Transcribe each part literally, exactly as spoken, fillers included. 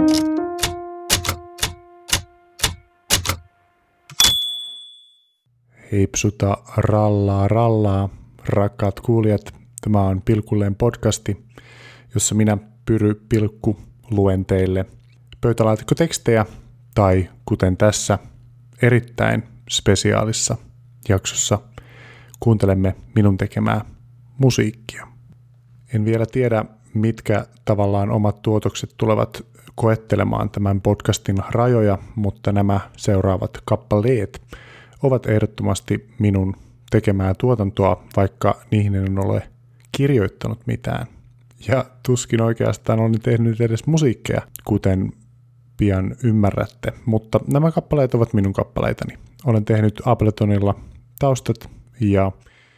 Heipsuta rallaa rallaa, rakkaat kuulijat. Tämä on Pilkulleen podcasti, jossa minä Pyry Pilkku luen teille pöytälaatikkotekstejä tai kuten tässä erittäin spesiaalissa jaksossa kuuntelemme minun tekemää musiikkia. En vielä tiedä, mitkä tavallaan omat tuotokset tulevat koettelemaan tämän podcastin rajoja, mutta nämä seuraavat kappaleet ovat ehdottomasti minun tekemää tuotantoa, vaikka niihin en ole kirjoittanut mitään. Ja tuskin oikeastaan olen tehnyt edes musiikkia, kuten pian ymmärrätte. Mutta nämä kappaleet ovat minun kappaleitani. Olen tehnyt Abletonilla taustat ja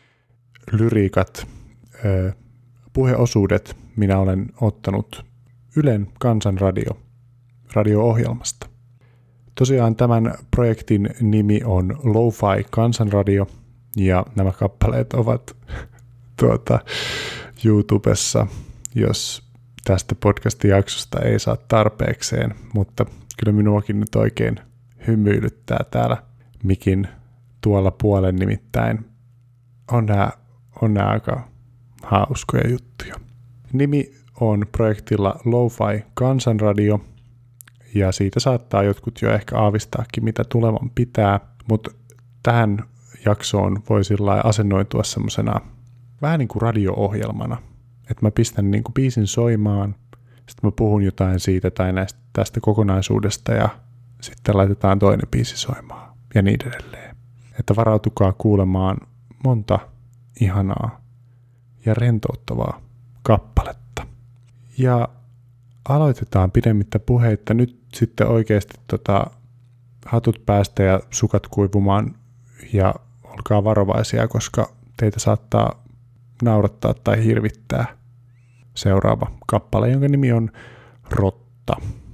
lyriikat, ö, puheosuudet minä olen ottanut Ylen Kansanradio radio-ohjelmasta. Tosiaan tämän projektin nimi on Lo-Fi Kansanradio ja nämä kappaleet ovat tuota, YouTubessa, jos tästä podcast-jaksosta ei saa tarpeekseen, mutta kyllä minuakin nyt oikein hymyilyttää täällä mikin tuolla puolen, nimittäin on nämä, on nämä aika hauskoja juttuja. Nimi on projektilla Lo-Fi Kansanradio. Ja siitä saattaa jotkut jo ehkä aavistaakin, mitä tulevan pitää, mutta tähän jaksoon voi sillä asennoitua semmoisena vähän niin kuin radio-ohjelmana, että mä pistän niin kuin biisin soimaan, sitten mä puhun jotain siitä tai näistä, tästä kokonaisuudesta ja sitten laitetaan toinen biisi soimaan ja niin edelleen. Että varautukaa kuulemaan monta ihanaa ja rentouttavaa kappaletta. Ja aloitetaan pidemmittä puheitta. Nyt sitten oikeasti tota, hatut päästä ja sukat kuivumaan ja olkaa varovaisia, koska teitä saattaa naurattaa tai hirvittää seuraava kappale, jonka nimi on Rotta.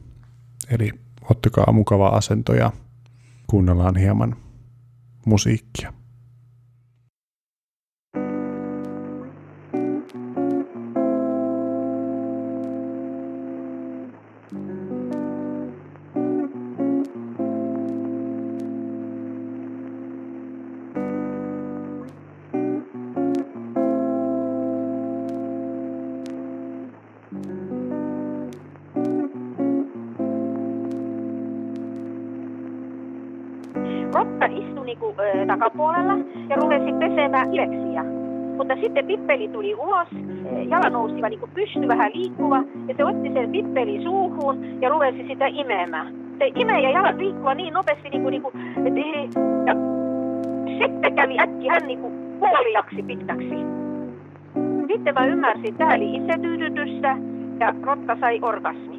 Eli ottakaa mukava asento ja kuunnellaan hieman musiikkia. Rotta istui niinku, ö, takapuolella ja rupesi pesemään ileksiä. Mutta sitten pippeli tuli ulos, jala nousi niinku pysty vähän liikkuva ja se otti sen pippeli suuhun ja rupesi sitä imemään. Se imee ja jalat liikkua niin nopeasti niinku, niinku et, ja sitten kävi äkki hän niinku puoliaksi pitkäksi. Sitten mä ymmärsin, että tää oli itsetyydytystä ja Rotta sai orgasmi.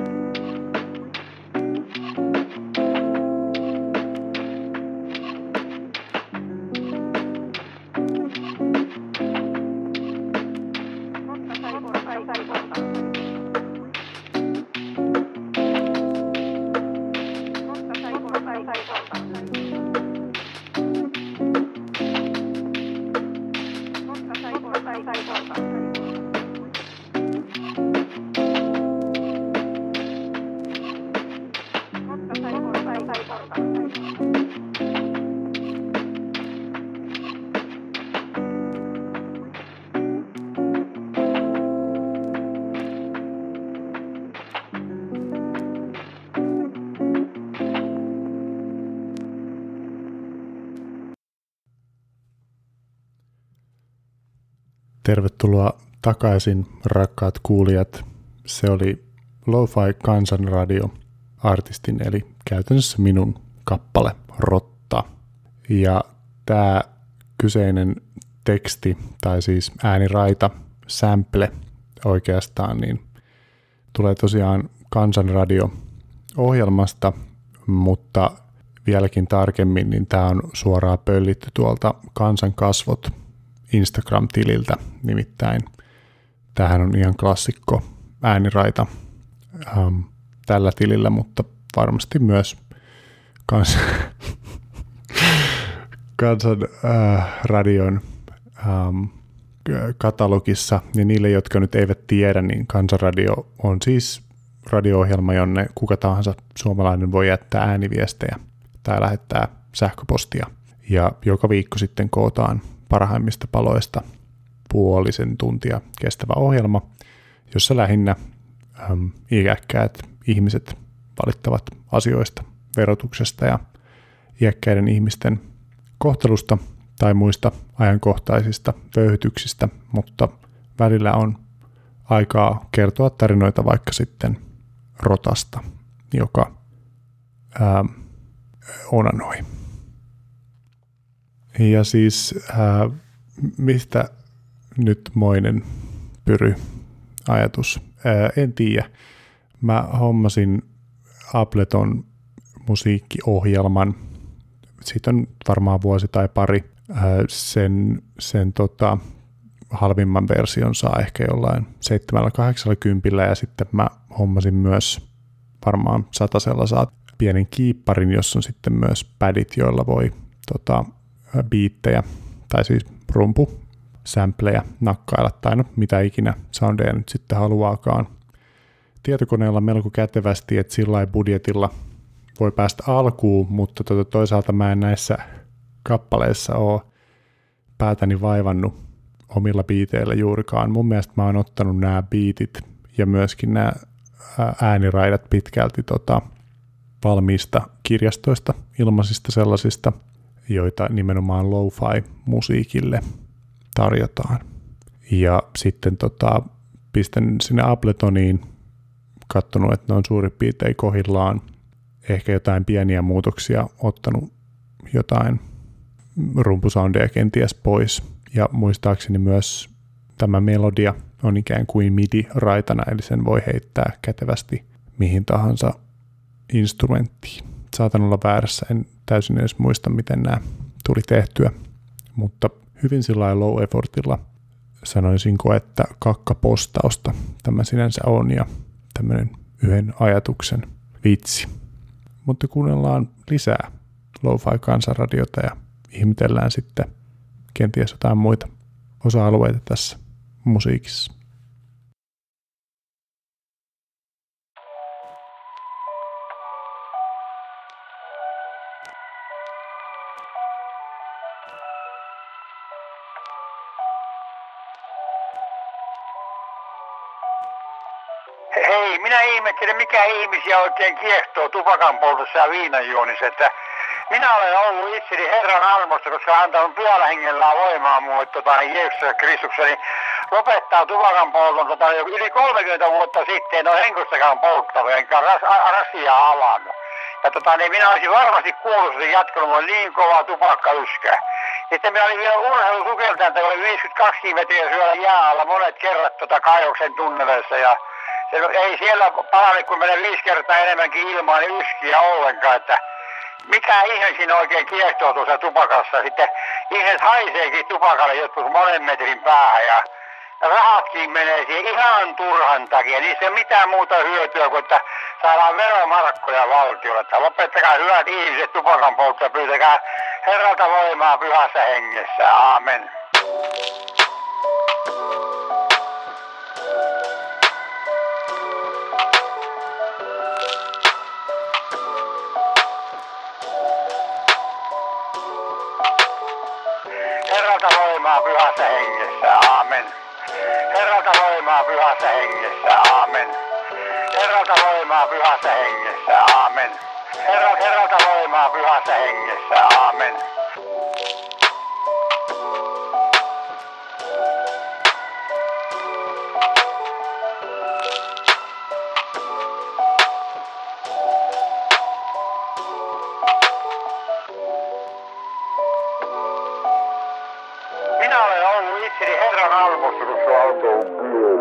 Tervetuloa takaisin, rakkaat kuulijat. Se oli Lo-Fi Kansanradio artistin, eli käytännössä minun kappale Rotta. Ja tämä kyseinen teksti, tai siis ääniraita, sample oikeastaan, niin tulee tosiaan Kansanradio-ohjelmasta, mutta vieläkin tarkemmin, niin tämä on suoraan pöllitty tuolta Kansan kasvot Instagram-tililtä, nimittäin tämähän on ihan klassikko ääniraita ähm, tällä tilillä, mutta varmasti myös kans, Kansan äh, radion ähm, katalogissa. Ja niille, jotka nyt eivät tiedä, niin Kansanradio on siis radio-ohjelma, jonne kuka tahansa suomalainen voi jättää ääniviestejä tai lähettää sähköpostia. Ja joka viikko sitten kootaan parhaimmista paloista puolisen tuntia kestävä ohjelma, jossa lähinnä äm, iäkkäät ihmiset valittavat asioista, verotuksesta ja iäkkäiden ihmisten kohtelusta tai muista ajankohtaisista pöyhytyksistä, mutta välillä on aikaa kertoa tarinoita vaikka sitten rotasta, joka ää, onanoi. Ja siis ää, mistä nyt moinen pyry ajatus? Ää, en tiedä. Mä hommasin Ableton musiikkiohjelman. Siitä on varmaan vuosi tai pari. Ää, sen sen tota, halvimman version saa ehkä jollain seitsemällä kahdeksalla kympillä ja sitten mä hommasin myös varmaan satasella saat pienen kiipparin, jossa on sitten myös padit, joilla voi tota, biittejä tai siis rumpu, sampleja nakkailla tai no mitä ikinä soundeja nyt sitten haluaakaan. Tietokoneella melko kätevästi, että sillä lailla budjetilla voi päästä alkuun, mutta tota, toisaalta mä en näissä kappaleissa ole päätäni vaivannut omilla biiteillä juurikaan. Mun mielestä mä oon ottanut nämä biitit ja myöskin nämä ääniraidat pitkälti tota, valmiista kirjastoista, ilmaisista sellaisista, joita nimenomaan lo-fi-musiikille tarjotaan. Ja sitten tota, pistän sinne Abletoniin, katsonut, että ne on suurin piirtein kohdillaan, ehkä jotain pieniä muutoksia, ottanut jotain rumpusoundeja kenties pois. Ja muistaakseni myös tämä melodia on ikään kuin midi-raitana, eli sen voi heittää kätevästi mihin tahansa instrumenttiin. Saatan olla väärässä, en täysin edes muista, miten nämä tuli tehtyä, mutta hyvin sillä low effortilla sanoisinko, että kakkapostausta tämä sinänsä on ja tämmöinen yhden ajatuksen vitsi. Mutta kuunnellaan lisää lo-fi kansanradiota ja ihmetellään sitten kenties jotain muita osa-alueita tässä musiikissa. Hei, minä ihmettelen, mikä ihmisiä oikein kiehtoo tupakan poltossa ja viinanjuonissa, että minä olen ollut itseni Herran armosta, koska hän on antanut pyhällä hengellään voimaa mulle tota, Jeesuksessa Kristuksessa, niin lopettaa tupakan polton tota, jo yli kolmekymmentä vuotta sitten, en ole henkostakaan polttanut, enkä ras, rasiaa avannut. Ja tota, niin minä olisin varmasti kuollut jatkanut, mulla oli niin kova tupakkayskä. Sitten minä olin vielä urheilusukeltaja, että oli viisikymmentäkaksi metriä syöllä jää alla monet kerrat tota, kaivoksen tunneleissa ja se, ei siellä palane, kun menee viisi kertaa enemmänkin ilmaan, niin yskiä ollenkaan, että mikä ihme siinä oikein kiehtoo tuossa tupakassa. Sitten ihmiset haiseekin tupakalle jotkut monen metrin päähän ja rahatkin menee siihen ihan turhan takia. Niistä ei ole mitään muuta hyötyä kuin, että saadaan veromarkkoja valtiolle. Että lopettakaa hyvät ihmiset tupakan polttoa, pyytäkää Herralta voimaa pyhässä hengessä. Aamen. Herralta voimaa pyhässä hengessä, aamen. Herralta voimaa pyhässä hengessä, aamen. Herralta voimaa pyhässä hengessä, aamen. Herralta, herralta voimaa pyhässä hengessä, aamen. Minä olen ollut itseni Herran armossa, kun se on tullut.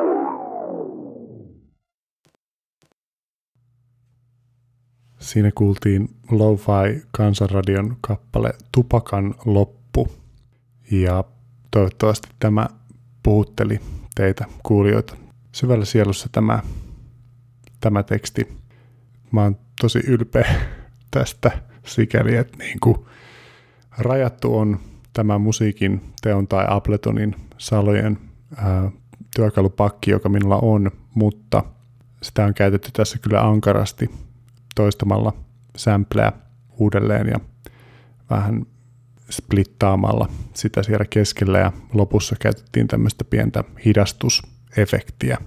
Siinä kuultiin lo-fi kansanradion kappale Tupakan loppu. Ja toivottavasti tämä puhutteli teitä kuulijoita. Syvällä sielussa tämä, tämä teksti. Mä oon tosi ylpeä tästä sikäli, että niin kuin rajattu on tämä musiikin teon tai Abletonin salojen ää, työkalupakki, joka minulla on, mutta sitä on käytetty tässä kyllä ankarasti toistamalla sampleä uudelleen ja vähän splittaamalla sitä siellä keskellä ja lopussa käytettiin tämmöistä pientä hidastusefektiä.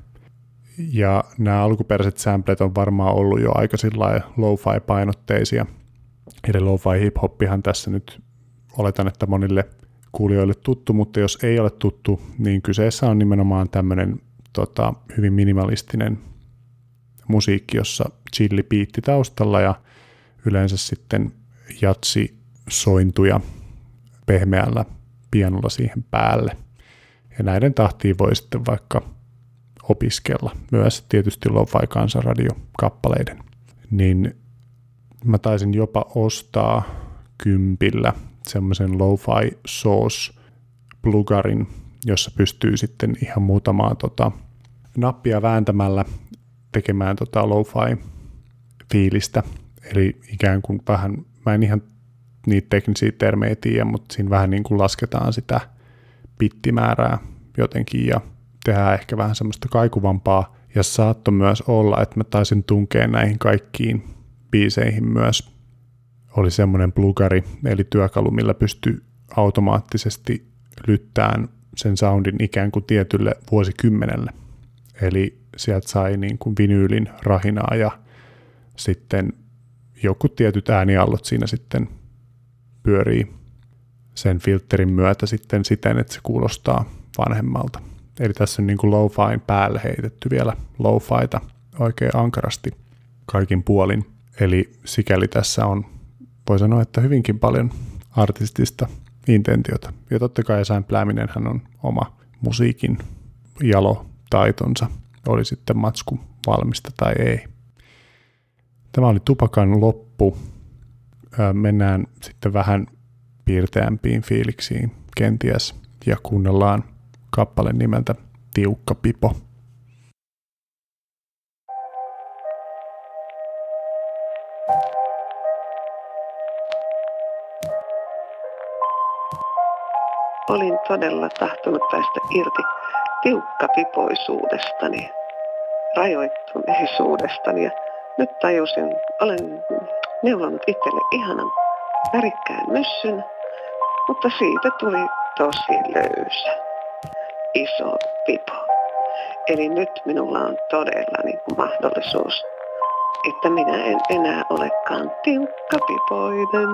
Ja nämä alkuperäiset samplet on varmaan ollut jo aika sillä lo-fi-painotteisia. Eli lo-fi hip-hoppihan tässä nyt oletan, että monille kuulijoille tuttu, mutta jos ei ole tuttu, niin kyseessä on nimenomaan tämmöinen tota, hyvin minimalistinen musiikki, jossa chilli biitti taustalla ja yleensä sitten jatsi sointuja pehmeällä pianolla siihen päälle. Ja näiden tahtiin voi sitten vaikka opiskella myös tietysti lo-fi kansanradiokappaleiden. Niin mä taisin jopa ostaa kympillä semmoisen lo-fi sauce plugarin, jossa pystyy sitten ihan muutamaa tota, nappia vääntämällä tekemään tota lo-fi fiilistä. Eli ikään kuin vähän, mä en ihan niitä teknisiä termejä tiedä, mutta siinä vähän niin kuin lasketaan sitä bittimäärää jotenkin ja tehdään ehkä vähän semmoista kaikuvampaa. Ja saattoi myös olla, että mä taisin tunkea näihin kaikkiin biiseihin myös. Oli semmoinen plugari, eli työkalu, millä pystyy automaattisesti lyttään sen soundin ikään kuin tietylle vuosikymmenelle. Eli sieltä sai niin kuin vinyylin rahinaa ja sitten joku tietyt ääniallot siinä sitten pyörii sen filterin myötä sitten siten, että se kuulostaa vanhemmalta. Eli tässä on niin kuin lo-fiin päälle heitetty vielä lo-fiita oikein ankarasti kaikin puolin. Eli sikäli tässä on, voi sanoa, että hyvinkin paljon artistista intentiota. Ja totta kai sämplääminenhän on oma musiikin jalotaitonsa, oli sitten matsku valmista tai ei. Tämä oli tupakan loppu. Mennään sitten vähän piirteämpiin fiiliksiin kenties ja kuunnellaan kappale nimeltä Tiukka Pipo. Olin todella tahtonut päästä irti tiukkapipoisuudestani, rajoittuneisuudestani ja nyt tajusin, olen neulonut itselle ihanan värikkään myssyn, mutta siitä tuli tosi löysä, iso pipo. Eli nyt minulla on todella niin kuin mahdollisuus, että minä en enää olekaan tiukkapipoinen.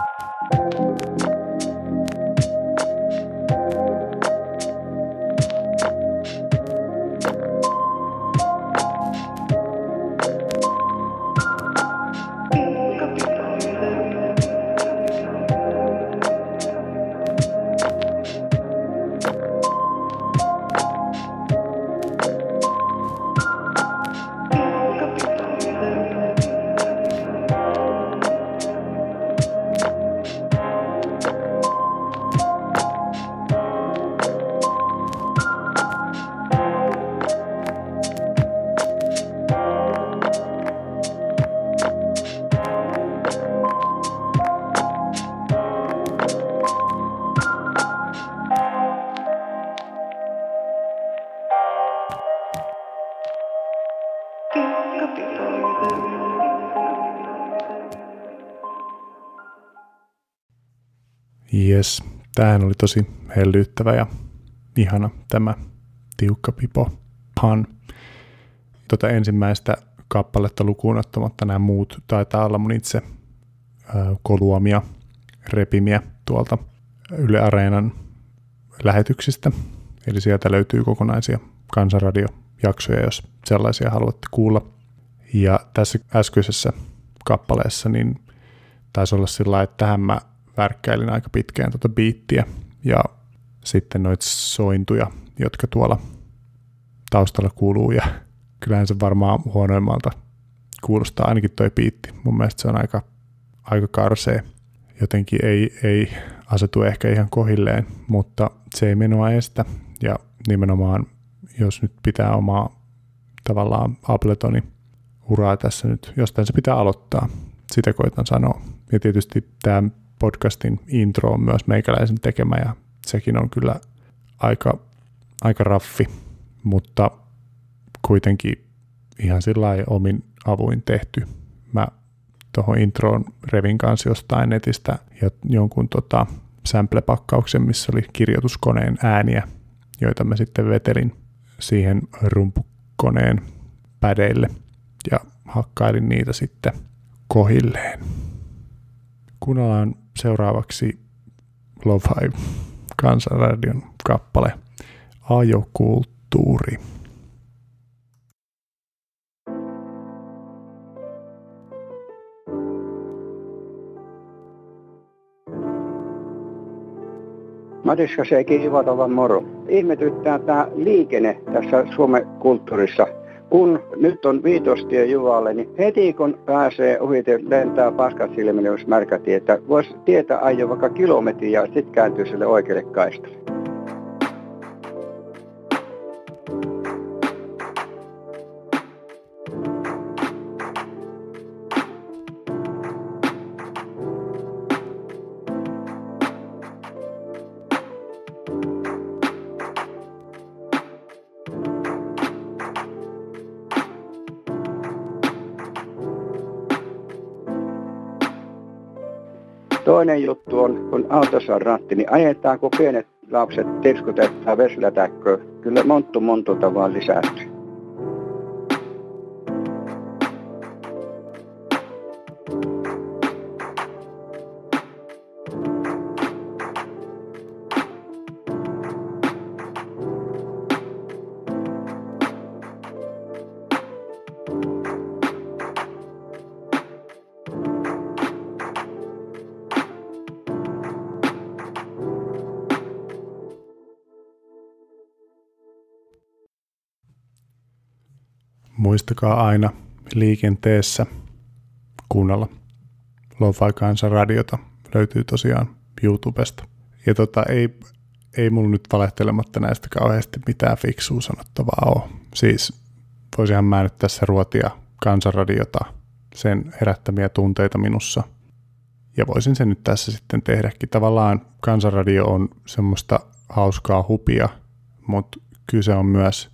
Jes, tämähän oli tosi hellyttävä ja ihana tämä Tiukka Pipo-han. Tota ensimmäistä kappaletta lukuun ottamatta nämä muut taitaa olla mun itse äh, koluamia, repimiä tuolta Yle Areenan lähetyksistä. Eli sieltä löytyy kokonaisia kansanradiojaksoja, jos sellaisia haluatte kuulla. Ja tässä äskeisessä kappaleessa niin taisi olla sillä lailla, että tähän mä värkkäilin aika pitkään tuota biittiä ja sitten noita sointuja, jotka tuolla taustalla kuuluu ja kyllähän se varmaan huonoimmalta kuulostaa ainakin toi biitti. Mun mielestä se on aika, aika karsee. Jotenkin ei, ei asetu ehkä ihan kohilleen, mutta se ei minua estä ja nimenomaan jos nyt pitää omaa tavallaan Abletoni uraa tässä nyt, jostain se pitää aloittaa. Sitä koitan sanoa. Ja tietysti tämä podcastin intro on myös meikäläisen tekemä ja sekin on kyllä aika, aika raffi, mutta kuitenkin ihan sillä lailla omin avuin tehty. Mä tuohon introon revin kanssa jostain netistä ja jonkun tota sample-pakkauksen, missä oli kirjoituskoneen ääniä, joita mä sitten vetelin siihen rumpukoneen pädeille ja hakkailin niitä sitten kohilleen. Kuunnellaan seuraavaksi Lo-Fi Kansanradion kappale Ajokulttuuri. Matiska Seiki Ivatovan moro. Ihmetyttää tämä liikenne tässä Suomen kulttuurissa. Kun nyt on Viitostie Juvalle, niin heti kun pääsee ohite, lentää paskat silmille, jos märkätie, että voisi tietää ajo vaikka kilometriä ja sitten kääntyy sille oikealle kaistalle. Toinen juttu on, kun autossa on ratti, niin ajetaan, kun pienet lapset tirskutetaan vesilätäkköä. Kyllä monttu montulta vaan lisääntyy. Muistakaa aina liikenteessä kuunnella Lo-Fi Kansanradiota. Löytyy tosiaan YouTubesta. Ja tota, ei, ei mulla nyt valehtelematta näistä kauheasti mitään fiksua sanottavaa ole. Siis voisinhan mä nyt tässä ruotia Kansanradiota, sen herättämiä tunteita minussa. Ja voisin sen nyt tässä sitten tehdäkin. Tavallaan Kansanradio on semmoista hauskaa hupia, mutta kyse on myös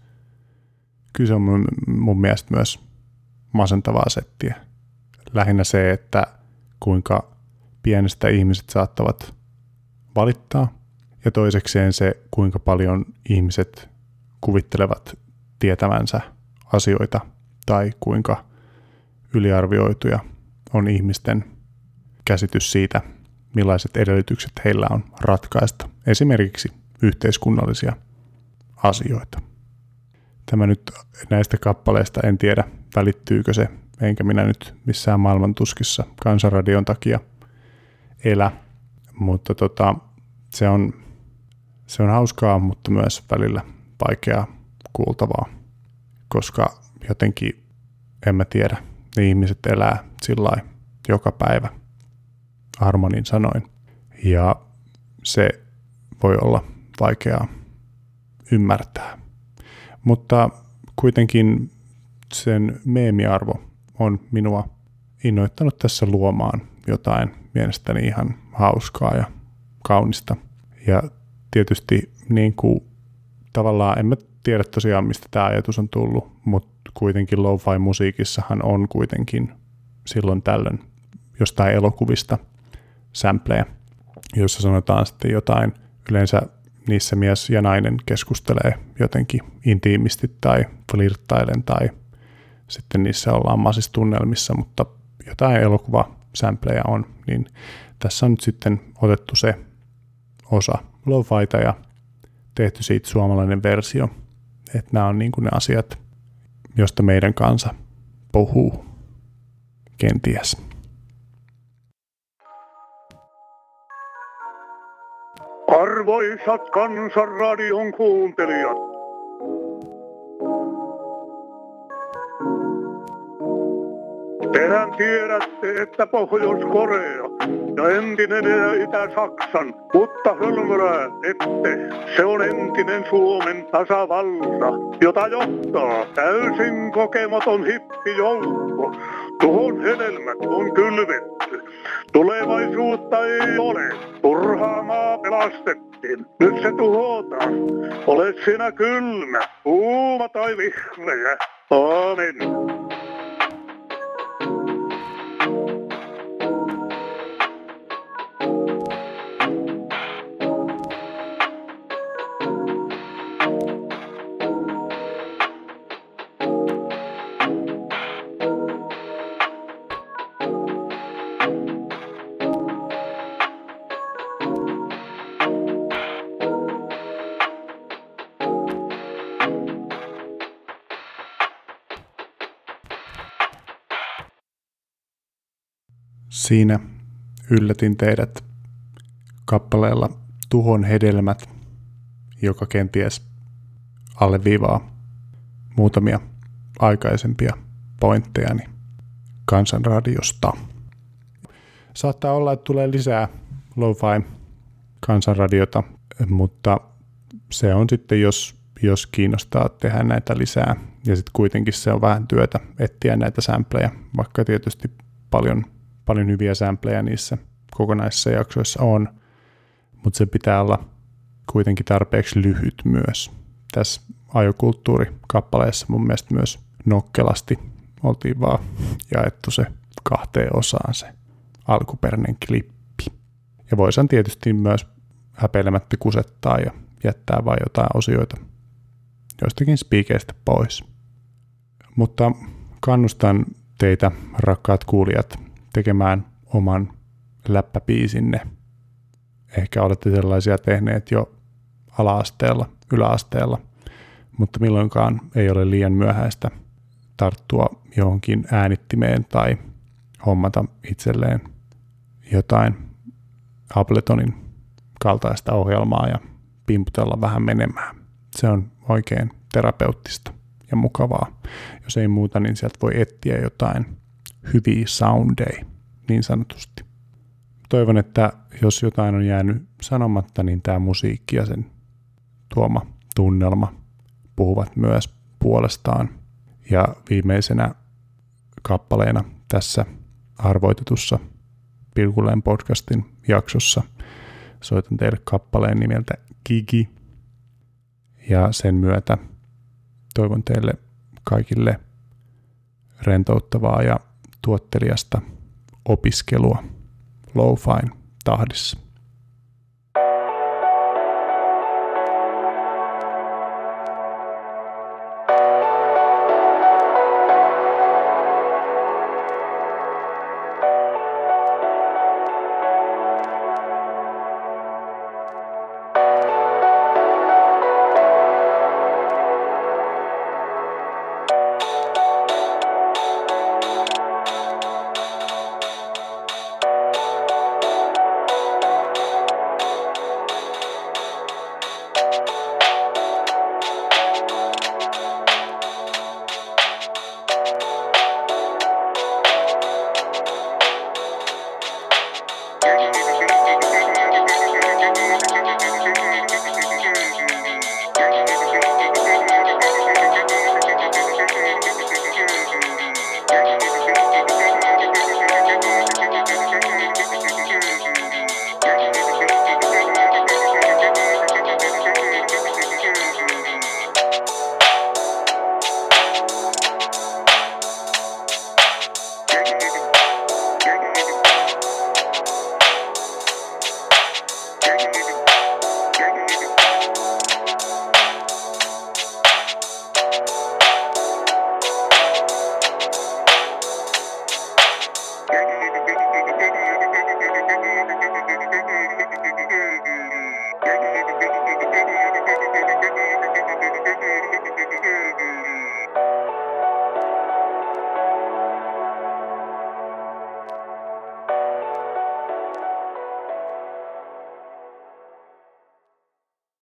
Kyse on mun, mun mielestä myös masentavaa settiä. Lähinnä se, että kuinka pienestä ihmiset saattavat valittaa. Ja toisekseen se, kuinka paljon ihmiset kuvittelevat tietävänsä asioita. Tai kuinka yliarvioituja on ihmisten käsitys siitä, millaiset edellytykset heillä on ratkaista esimerkiksi yhteiskunnallisia asioita. Tämä nyt näistä kappaleista en tiedä, välittyykö se, enkä minä nyt missään maailmantuskissa Kansanradion takia elä, mutta tota, se, on, se on hauskaa, mutta myös välillä vaikeaa kuultavaa, koska jotenkin, en mä tiedä, ne ihmiset elää sillai joka päivä harmonin sanoin, ja se voi olla vaikeaa ymmärtää. Mutta kuitenkin sen meemiarvo on minua innoittanut tässä luomaan jotain mielestäni ihan hauskaa ja kaunista. Ja tietysti niin kuin, tavallaan en mä tiedä tosiaan mistä tämä ajatus on tullut, mutta kuitenkin lo-fi musiikissahan on kuitenkin silloin tällöin jostain elokuvista sampleja, jossa sanotaan sitten jotain yleensä niissä mies ja nainen keskustelee jotenkin intiimisti tai flirttailen tai sitten niissä ollaan masistunnelmissa, mutta jotain elokuvasämplejä on, niin tässä on nyt sitten otettu se osa lo-fita ja tehty siitä suomalainen versio, että nämä on niin kuin ne asiat, josta meidän kansa puhuu kenties. Arvoisat Kansanradion kuuntelijat, tehän tiedätte, että Pohjois-Korea ja entinen Itä-Saksan, mutta hölmölää ette, se on entinen Suomen tasavalta, jota johtaa täysin kokematon hippijoukko. Tuhon hedelmät on kylvetty. Tulevaisuutta ei ole. Turhaa maa pelastettiin. Nyt se tuhotaan. Olet sinä kylmä, kuuma tai vihreä. Aamen. Siinä yllätin teidät kappaleella Tuhon hedelmät, joka kenties alleviivaa muutamia aikaisempia pointtejani Kansanradiosta. Saattaa olla, että tulee lisää lo-fi Kansanradiota, mutta se on sitten, jos, jos kiinnostaa tehdä näitä lisää. Ja sitten kuitenkin se on vähän työtä etsiä näitä sampleja, vaikka tietysti paljon Paljon hyviä sampleja niissä kokonaisissa jaksoissa on, mutta se pitää olla kuitenkin tarpeeksi lyhyt myös. Tässä ajokulttuurikappaleessa mun mielestä myös nokkelasti oltiin vaan jaettu se kahteen osaan se alkuperäinen klippi. Ja voisin tietysti myös häpeilemättä kusettaa ja jättää vain jotain osioita joistakin spiikeistä pois. Mutta kannustan teitä, rakkaat kuulijat, tekemään oman läppäbiisinne. Ehkä olette sellaisia tehneet jo ala-asteella, yläasteella, mutta milloinkaan ei ole liian myöhäistä tarttua johonkin äänittimeen tai hommata itselleen jotain Abletonin kaltaista ohjelmaa ja pimputella vähän menemään. Se on oikein terapeuttista ja mukavaa. Jos ei muuta, niin sieltä voi etsiä jotain hyviä soundeja, niin sanotusti. Toivon, että jos jotain on jäänyt sanomatta, niin tämä musiikki ja sen tuoma tunnelma puhuvat myös puolestaan. Ja viimeisenä kappaleena tässä arvoitetussa Pilkulleen podcastin jaksossa soitan teille kappaleen nimeltä Gigi. Ja sen myötä toivon teille kaikille rentouttavaa ja tuottelijasta opiskelua lo-fin tahdissa.